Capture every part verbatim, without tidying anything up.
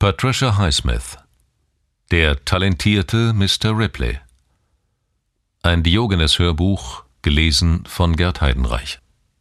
Patricia Highsmith. Der talentierte Mister Ripley. Ein Diogenes-Hörbuch, gelesen von Gerd Heidenreich.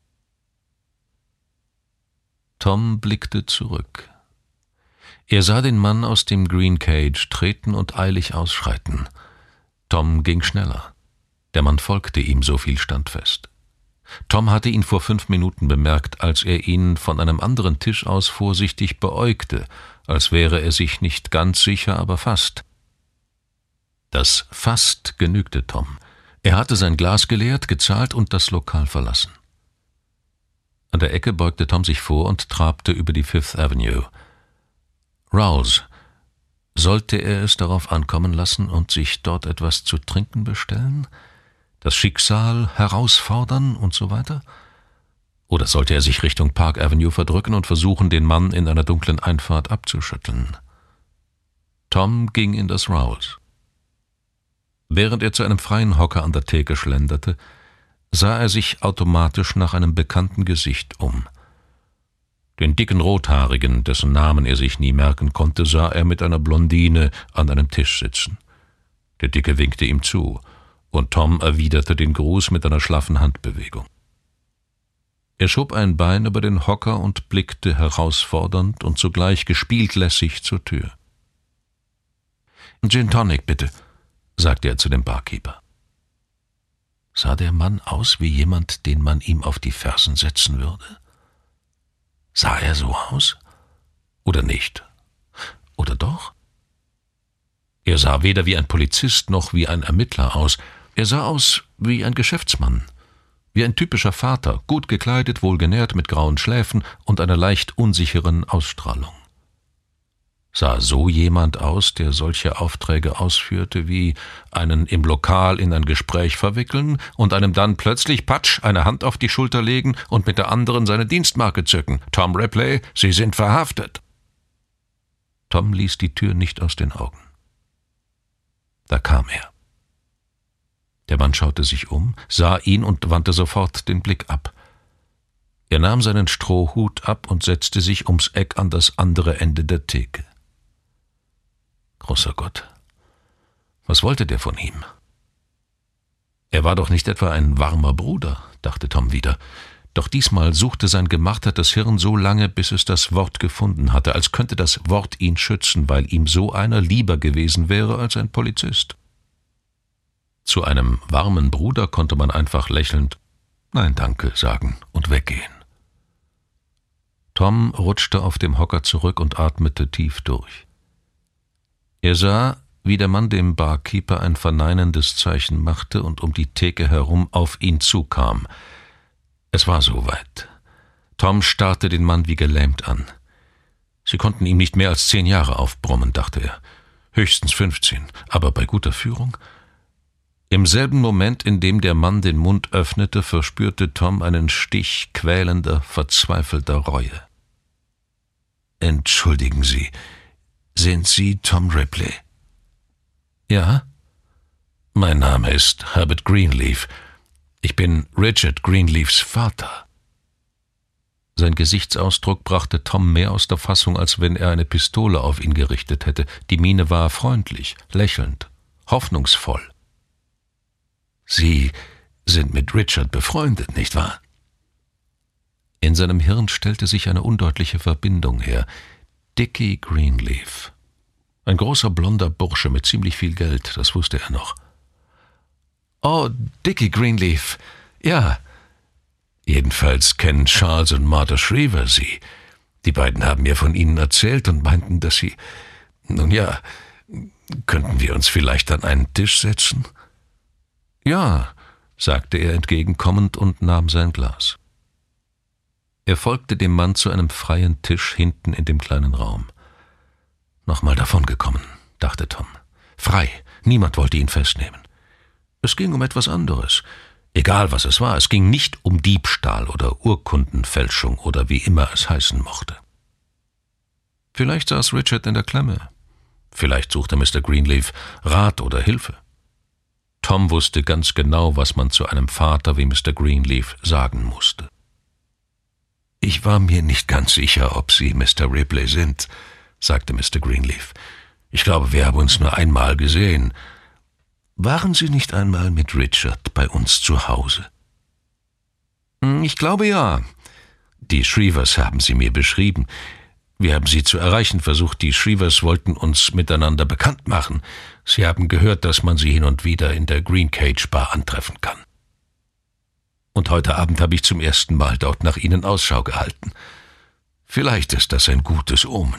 Tom blickte zurück. Er sah den Mann aus dem Green Cage treten und eilig ausschreiten. Tom ging schneller. Der Mann folgte ihm, so viel stand fest. Tom hatte ihn vor fünf Minuten bemerkt, als er ihn von einem anderen Tisch aus vorsichtig beäugte, als wäre er sich nicht ganz sicher, aber fast. Das fast genügte Tom. Er hatte sein Glas geleert, gezahlt und das Lokal verlassen. An der Ecke beugte Tom sich vor und trabte über die Fifth Avenue. Rawls. Sollte er es darauf ankommen lassen und sich dort etwas zu trinken bestellen? Das Schicksal herausfordern und so weiter? Oder sollte er sich Richtung Park Avenue verdrücken und versuchen, den Mann in einer dunklen Einfahrt abzuschütteln? Tom ging in das Rawls. Während er zu einem freien Hocker an der Theke schlenderte, sah er sich automatisch nach einem bekannten Gesicht um. Den dicken Rothaarigen, dessen Namen er sich nie merken konnte, sah er mit einer Blondine an einem Tisch sitzen. Der Dicke winkte ihm zu, und Tom erwiderte den Gruß mit einer schlaffen Handbewegung. Er schob ein Bein über den Hocker und blickte herausfordernd und zugleich gespielt lässig zur Tür. »Gin Tonic, bitte«, sagte er zu dem Barkeeper. Sah der Mann aus wie jemand, den man ihm auf die Fersen setzen würde? Sah er so aus? Oder nicht? Oder doch? Er sah weder wie ein Polizist noch wie ein Ermittler aus. Er sah aus wie ein Geschäftsmann, wie ein typischer Vater, gut gekleidet, wohlgenährt, mit grauen Schläfen und einer leicht unsicheren Ausstrahlung. Sah so jemand aus, der solche Aufträge ausführte wie einen im Lokal in ein Gespräch verwickeln und einem dann plötzlich patsch eine Hand auf die Schulter legen und mit der anderen seine Dienstmarke zücken. »Tom Ripley, Sie sind verhaftet!« Tom ließ die Tür nicht aus den Augen. Da kam er. Der Mann schaute sich um, sah ihn und wandte sofort den Blick ab. Er nahm seinen Strohhut ab und setzte sich ums Eck an das andere Ende der Theke. Großer Gott, was wollte der von ihm? Er war doch nicht etwa ein warmer Bruder, dachte Tom wieder. Doch diesmal suchte sein gemartertes Hirn so lange, bis es das Wort gefunden hatte, als könnte das Wort ihn schützen, weil ihm so einer lieber gewesen wäre als ein Polizist. Zu einem warmen Bruder konnte man einfach lächelnd »Nein, danke« sagen und weggehen. Tom rutschte auf dem Hocker zurück und atmete tief durch. Er sah, wie der Mann dem Barkeeper ein verneinendes Zeichen machte und um die Theke herum auf ihn zukam. Es war soweit. Tom starrte den Mann wie gelähmt an. Sie konnten ihm nicht mehr als zehn Jahre aufbrummen, dachte er. Höchstens fünfzehn, aber bei guter Führung. Im selben Moment, in dem der Mann den Mund öffnete, verspürte Tom einen Stich quälender, verzweifelter Reue. »Entschuldigen Sie, sind Sie Tom Ripley?« »Ja?« »Mein Name ist Herbert Greenleaf. Ich bin Richard Greenleafs Vater.« Sein Gesichtsausdruck brachte Tom mehr aus der Fassung, als wenn er eine Pistole auf ihn gerichtet hätte. Die Miene war freundlich, lächelnd, hoffnungsvoll. »Sie sind mit Richard befreundet, nicht wahr?« In seinem Hirn stellte sich eine undeutliche Verbindung her. Dickie Greenleaf. Ein großer blonder Bursche mit ziemlich viel Geld, das wusste er noch. »Oh, Dickie Greenleaf, ja. Jedenfalls kennen Charles und Martha Shriver Sie. Die beiden haben mir von Ihnen erzählt und meinten, dass Sie... Nun ja, könnten wir uns vielleicht an einen Tisch setzen?« »Ja«, sagte er entgegenkommend und nahm sein Glas. Er folgte dem Mann zu einem freien Tisch hinten in dem kleinen Raum. Nochmal davongekommen, dachte Tom. Frei, niemand wollte ihn festnehmen. Es ging um etwas anderes. Egal, was es war, es ging nicht um Diebstahl oder Urkundenfälschung oder wie immer es heißen mochte. Vielleicht saß Richard in der Klemme. Vielleicht suchte Mister Greenleaf Rat oder Hilfe. Tom wusste ganz genau, was man zu einem Vater wie Mister Greenleaf sagen musste. »Ich war mir nicht ganz sicher, ob Sie Mister Ripley sind«, sagte Mister Greenleaf. »Ich glaube, wir haben uns nur einmal gesehen. Waren Sie nicht einmal mit Richard bei uns zu Hause?« »Ich glaube ja. Die Shrevers haben sie mir beschrieben. Wir haben sie zu erreichen versucht. Die Shrevers wollten uns miteinander bekannt machen. Sie haben gehört, dass man sie hin und wieder in der Green Cage Bar antreffen kann. Und heute Abend habe ich zum ersten Mal dort nach ihnen Ausschau gehalten. Vielleicht ist das ein gutes Omen.«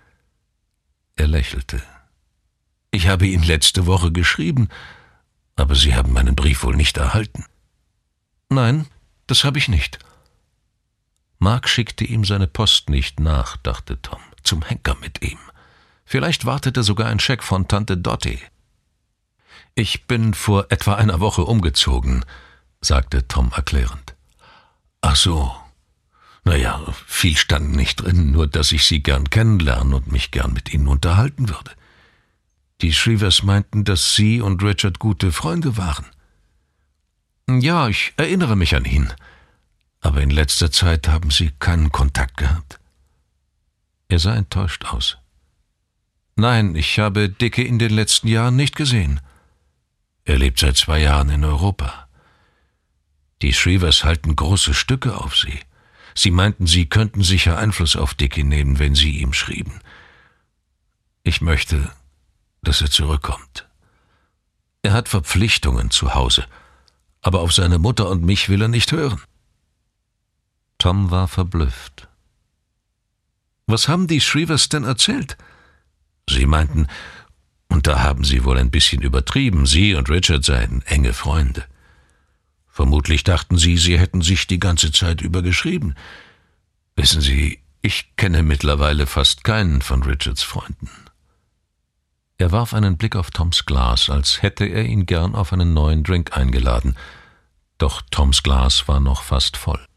Er lächelte. »Ich habe Ihnen letzte Woche geschrieben, aber Sie haben meinen Brief wohl nicht erhalten.« »Nein, das habe ich nicht.« Mark schickte ihm seine Post nicht nach, dachte Tom, zum Henker mit ihm. Vielleicht wartete sogar ein Scheck von Tante Dottie. »Ich bin vor etwa einer Woche umgezogen«, sagte Tom erklärend. »Ach so. Na ja, viel stand nicht drin, nur dass ich Sie gern kennenlernen und mich gern mit Ihnen unterhalten würde. Die Shrevers meinten, dass Sie und Richard gute Freunde waren.« »Ja, ich erinnere mich an ihn. Aber in letzter Zeit haben Sie keinen Kontakt gehabt.« Er sah enttäuscht aus. »Nein, ich habe Dickie in den letzten Jahren nicht gesehen. Er lebt seit zwei Jahren in Europa. Die Shrevers halten große Stücke auf Sie. Sie meinten, Sie könnten sicher Einfluss auf Dickie nehmen, wenn Sie ihm schrieben. Ich möchte, dass er zurückkommt. Er hat Verpflichtungen zu Hause, aber auf seine Mutter und mich will er nicht hören.« Tom war verblüfft. »Was haben die Shrevers denn erzählt?« »Sie meinten, und da haben Sie wohl ein bisschen übertrieben, Sie und Richard seien enge Freunde. Vermutlich dachten Sie, Sie hätten sich die ganze Zeit über geschrieben. Wissen Sie, ich kenne mittlerweile fast keinen von Richards Freunden.« Er warf einen Blick auf Toms Glas, als hätte er ihn gern auf einen neuen Drink eingeladen, doch Toms Glas war noch fast voll.